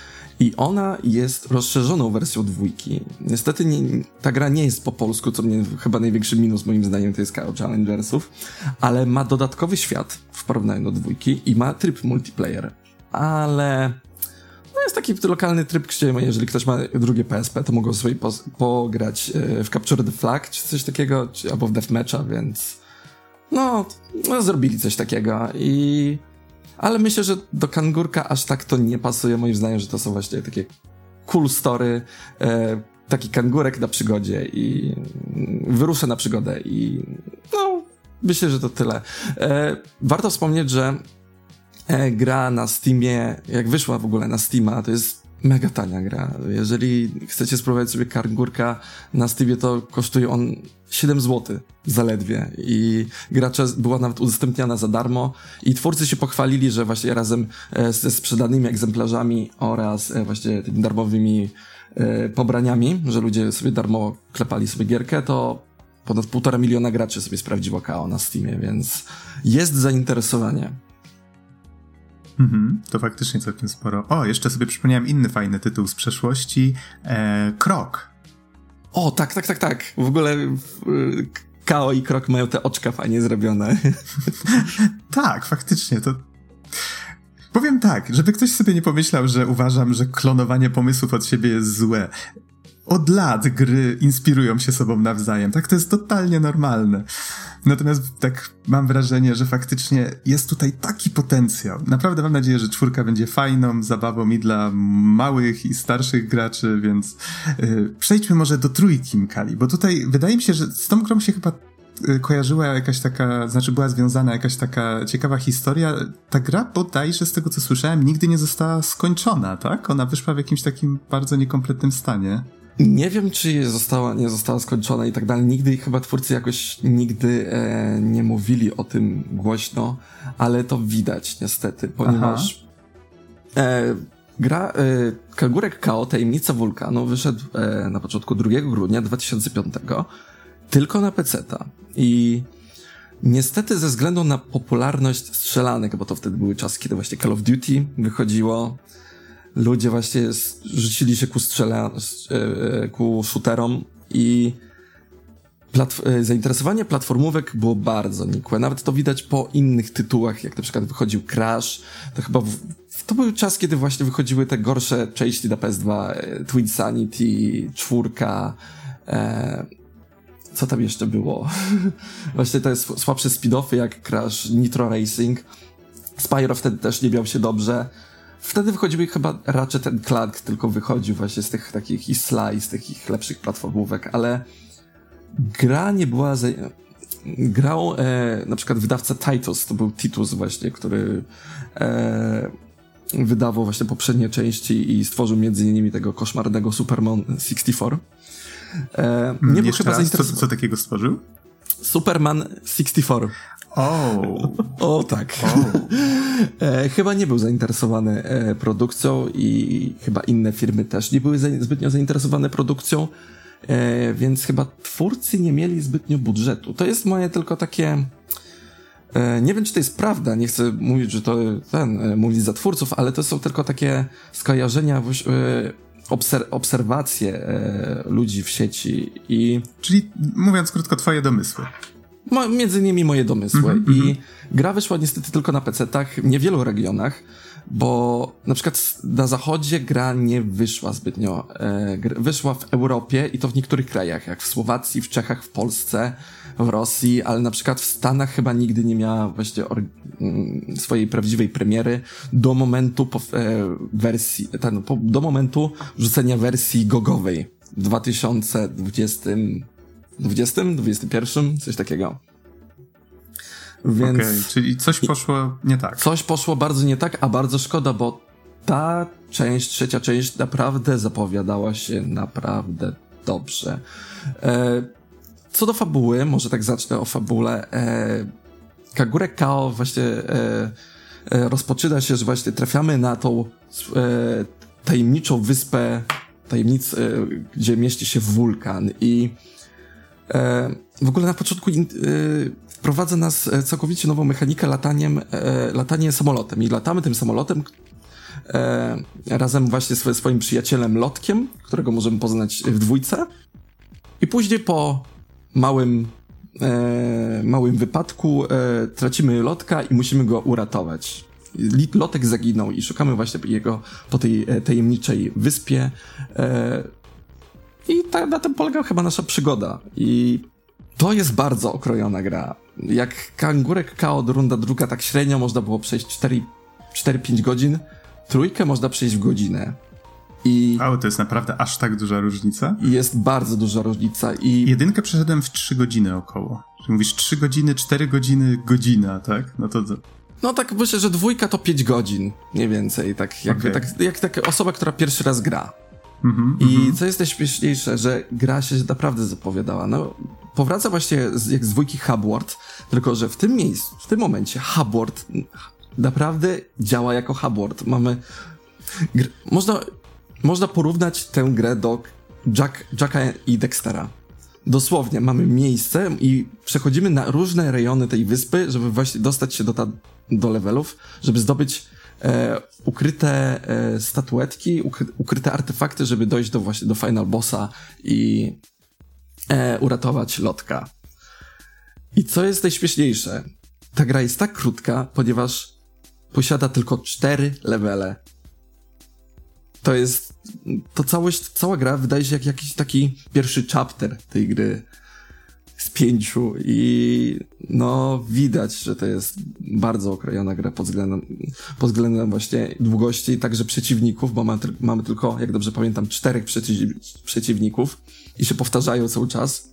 I ona jest rozszerzoną wersją 2. Niestety ta gra nie jest po polsku, co mnie chyba największy minus moim zdaniem to jest KO Challengersów, ale ma dodatkowy świat w porównaniu do 2 i ma tryb multiplayer. Ale no jest taki lokalny tryb, gdzie jeżeli ktoś ma drugie PSP, to mogą sobie pograć w Capture the Flag, czy coś takiego, albo w Deathmatcha, więc no zrobili coś takiego ale myślę, że do Kangurka aż tak to nie pasuje. Moim zdaniem, że to są właśnie takie cool story, taki kangurek na przygodzie i wyruszę na przygodę i no, myślę, że to tyle. Warto wspomnieć, że gra na Steamie, jak wyszła w ogóle na Steama, to jest mega tania gra. Jeżeli chcecie spróbować sobie Kangurka na Steamie, to kosztuje on 7 zł zaledwie i gracza była nawet udostępniana za darmo i twórcy się pochwalili, że właśnie razem ze sprzedanymi egzemplarzami oraz właśnie tymi darmowymi pobraniami, że ludzie sobie darmo klepali sobie gierkę, to ponad 1,5 miliona graczy sobie sprawdziło KO na Steamie, więc jest zainteresowanie.
To faktycznie całkiem sporo. O, jeszcze sobie przypomniałem inny fajny tytuł z przeszłości. Krok.
O, tak. W ogóle KO i Krok mają te oczka fajnie zrobione.
Tak, faktycznie. To powiem tak, żeby ktoś sobie nie pomyślał, że uważam, że klonowanie pomysłów od siebie jest złe. Od lat gry inspirują się sobą nawzajem, tak? To jest totalnie normalne. Natomiast tak mam wrażenie, że faktycznie jest tutaj taki potencjał. Naprawdę mam nadzieję, że 4 będzie fajną zabawą i dla małych i starszych graczy, więc przejdźmy może do 3, Mkali, bo tutaj wydaje mi się, że z tą grą się chyba kojarzyła jakaś taka, znaczy była związana jakaś taka ciekawa historia. Ta gra bodajże z tego co słyszałem nigdy nie została skończona, tak? Ona wyszła w jakimś takim bardzo niekompletnym stanie.
Nie wiem, czy nie została skończona i tak dalej. Nigdy, chyba twórcy jakoś nigdy nie mówili o tym głośno, ale to widać niestety, ponieważ gra Kangurek KO Tajemnica Wulkanu wyszedł na początku 2 grudnia 2005 tylko na PC-ta i niestety ze względu na popularność strzelanek, bo to wtedy były czasy, kiedy właśnie Call of Duty wychodziło, ludzie właśnie rzucili się ku shooterom i zainteresowanie platformówek było bardzo nikłe. Nawet to widać po innych tytułach, jak na przykład wychodził Crash. To chyba to był czas, kiedy właśnie wychodziły te gorsze części na PS2, Twin Sanity, 4, co tam jeszcze było? Właśnie to jest słabsze speed-offy jak Crash, Nitro Racing. Spyro wtedy też nie miał się dobrze. Wtedy wychodziły chyba Ratchet & Clank, tylko wychodził właśnie z tych takich i Sly, z takich lepszych platformówek, ale gra nie była... Grał na przykład wydawca Titus, to był Titus właśnie, który wydawał właśnie poprzednie części i stworzył między innymi tego koszmarnego Superman 64. Nie był chyba zainteresowany.
Co takiego stworzył?
Superman 64. O tak. Chyba nie był zainteresowany produkcją i chyba inne firmy też nie były zbytnio zainteresowane produkcją, więc chyba twórcy nie mieli zbytnio budżetu. To jest moje tylko takie... Nie wiem, czy to jest prawda, nie chcę mówić, że to mówić za twórców, ale to są tylko takie skojarzenia, obserwacje ludzi w sieci i...
Czyli, mówiąc krótko, twoje domysły.
Między innymi moje domysły. I gra wyszła niestety tylko na PC-tach w niewielu regionach, bo na przykład na zachodzie gra nie wyszła zbytnio. Wyszła w Europie i to w niektórych krajach, jak w Słowacji, w Czechach, w Polsce, w Rosji, ale na przykład w Stanach chyba nigdy nie miała właśnie swojej prawdziwej premiery do momentu do momentu wrzucenia wersji gogowej w 2021, coś takiego. Więc...
Okej, czyli coś poszło nie tak.
Coś poszło bardzo nie tak, a bardzo szkoda, bo ta część, trzecia część naprawdę zapowiadała się naprawdę dobrze. Co do fabuły, może tak zacznę o fabule. Kangurek KO właśnie rozpoczyna się, że właśnie trafiamy na tą tajemniczą wyspę, gdzie mieści się wulkan i w ogóle na początku wprowadza nas całkowicie nową mechanikę latanie samolotem i latamy tym samolotem razem właśnie swoim przyjacielem Lotkiem, którego możemy poznać w 2. I później po małym wypadku tracimy Lotka i musimy go uratować. Lotek zaginął i szukamy właśnie jego po tej tajemniczej wyspie. I na tym polega chyba nasza przygoda. I to jest bardzo okrojona gra. Jak Kangurek KO runda druga tak średnio można było przejść 4-5 godzin, 3 można przejść w godzinę.
To jest naprawdę aż tak duża różnica?
Jest bardzo duża różnica. I
1 przeszedłem w 3 godziny około. Czyli mówisz 3 godziny, 4 godziny, godzina, tak?
No tak myślę, że 2 to 5 godzin, mniej więcej. Tak jakby jak taka osoba, która pierwszy raz gra. I co jest najśmieszniejsze, że gra się naprawdę zapowiadała. No, powraca właśnie jak z 2 Hubward, tylko że w tym miejscu, w tym momencie Hubward naprawdę działa jako Hubward. Można porównać tę grę do Jacka i Dextera. Dosłownie, mamy miejsce i przechodzimy na różne rejony tej wyspy, żeby właśnie dostać się do levelów, żeby zdobyć ukryte statuetki, ukryte artefakty, żeby dojść do final bossa i uratować Lotka. I co jest najśmieszniejsze, ta gra jest tak krótka, ponieważ posiada tylko 4 levele. Cała gra wydaje się jak jakiś taki pierwszy chapter tej gry z 5 i no widać, że to jest bardzo okrojona gra pod względem właśnie długości, także przeciwników, bo mamy tylko, jak dobrze pamiętam, 4 przeciwników i się powtarzają cały czas.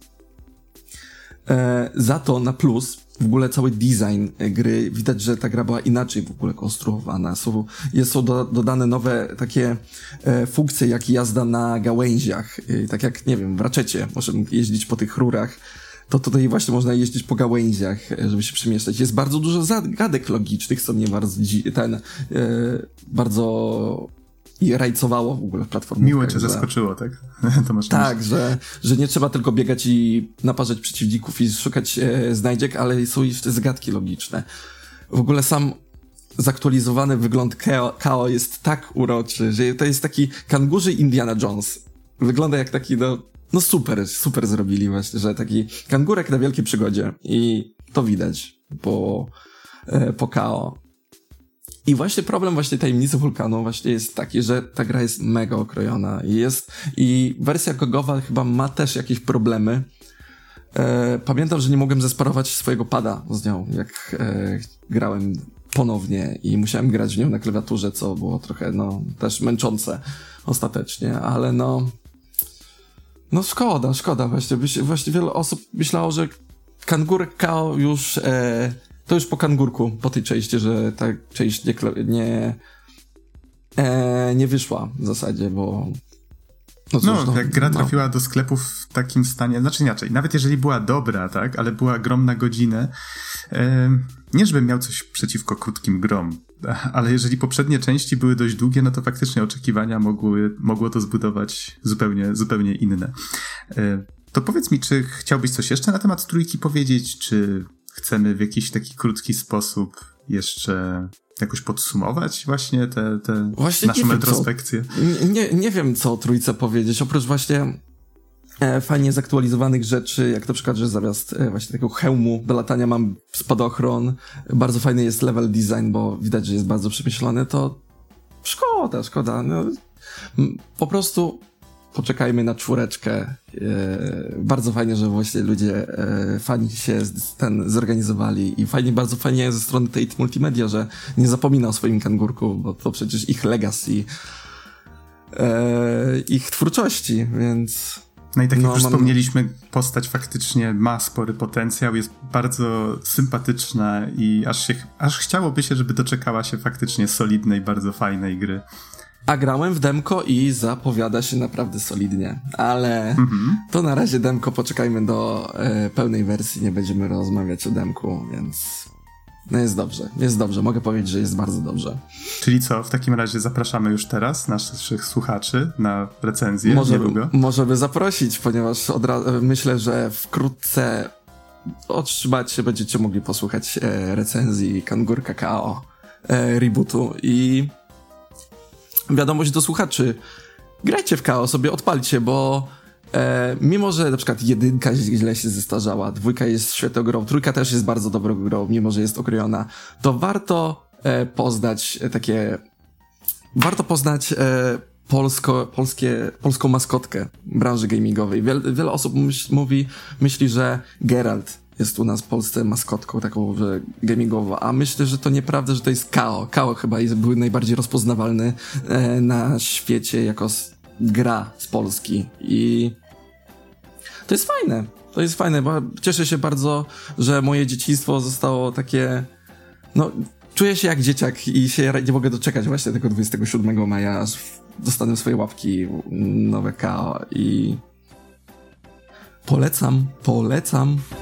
Za to na plus w ogóle cały design gry, widać, że ta gra była inaczej w ogóle konstruowana. Są dodane nowe takie funkcje, jak jazda na gałęziach. Tak jak, nie wiem, w Ratchetie możemy jeździć po tych rurach, to tutaj właśnie można jeździć po gałęziach, żeby się przemieszczać. Jest bardzo dużo zagadek logicznych, co mnie bardzo i rajcowało w ogóle w platformówkach.
Miło cię zaskoczyło, tak? To masz
tak, że nie trzeba tylko biegać i naparzać przeciwników i szukać znajdziek, ale są jeszcze zagadki logiczne. W ogóle sam zaktualizowany wygląd KO jest tak uroczy, że to jest taki kangurzy Indiana Jones. Wygląda jak taki, no super zrobili właśnie, że taki kangurek na wielkiej przygodzie i to widać po KO. I właśnie problem właśnie tajemnicy wulkanu właśnie jest taki, że ta gra jest mega okrojona i wersja gogowa chyba ma też jakieś problemy. Pamiętam, że nie mogłem zesparować swojego pada z nią, jak grałem ponownie i musiałem grać w nią na klawiaturze, co było trochę też męczące ostatecznie, ale szkoda właśnie wiele osób myślało, że Kangurek KO już to już po kangurku, po tej części, że ta część nie wyszła w zasadzie, bo...
Jak gra trafiła do sklepów w takim stanie, znaczy inaczej, nawet jeżeli była dobra, tak, ale była grom na godzinę, nie żebym miał coś przeciwko krótkim grom, ale jeżeli poprzednie części były dość długie, no to faktycznie oczekiwania mogło to zbudować zupełnie inne. To powiedz mi, czy chciałbyś coś jeszcze na temat trójki powiedzieć, czy chcemy w jakiś taki krótki sposób jeszcze jakoś podsumować właśnie te naszą retrospekcję?
Nie wiem, co o trójce powiedzieć, oprócz właśnie fajnie zaktualizowanych rzeczy, jak na przykład, że zamiast właśnie takiego hełmu do latania mam spadochron, bardzo fajny jest level design, bo widać, że jest bardzo przemyślony, to szkoda. No, po prostu poczekajmy na 4. Bardzo fajnie, że właśnie fani się zorganizowali i bardzo fajnie ze strony Tate Multimedia, że nie zapomina o swoim kangurku, bo to przecież ich legacy, ich twórczości, więc...
No i tak jak już wspomnieliśmy, postać faktycznie ma spory potencjał, jest bardzo sympatyczna i aż chciałoby się, żeby doczekała się faktycznie solidnej, bardzo fajnej gry.
A grałem w demko i zapowiada się naprawdę solidnie, ale to na razie demko, poczekajmy do pełnej wersji, nie będziemy rozmawiać o demku, więc jest dobrze, mogę powiedzieć, że jest bardzo dobrze.
Czyli co, w takim razie zapraszamy już teraz naszych słuchaczy na recenzję niedługo?
Możemy zaprosić, ponieważ myślę, że wkrótce będziecie mogli posłuchać recenzji Kangurka KO rebootu i wiadomość do słuchaczy. Grajcie w KO, sobie odpalcie, bo mimo, że na przykład 1 źle się zestarzała, 2 jest świetną grą, 3 też jest bardzo dobrą grą, mimo, że jest okrojona, to warto poznać polską maskotkę branży gamingowej. Wiele osób myśli, że Geralt jest u nas w Polsce maskotką taką gamingową, a myślę, że to nieprawda, że to jest KO. KO chyba był najbardziej rozpoznawalny na świecie jako gra z Polski i to jest fajne. To jest fajne, bo cieszę się bardzo, że moje dzieciństwo zostało takie, no, czuję się jak dzieciak i się nie mogę doczekać właśnie tego 27 maja, aż dostanę swoje łapki nowe KO i polecam.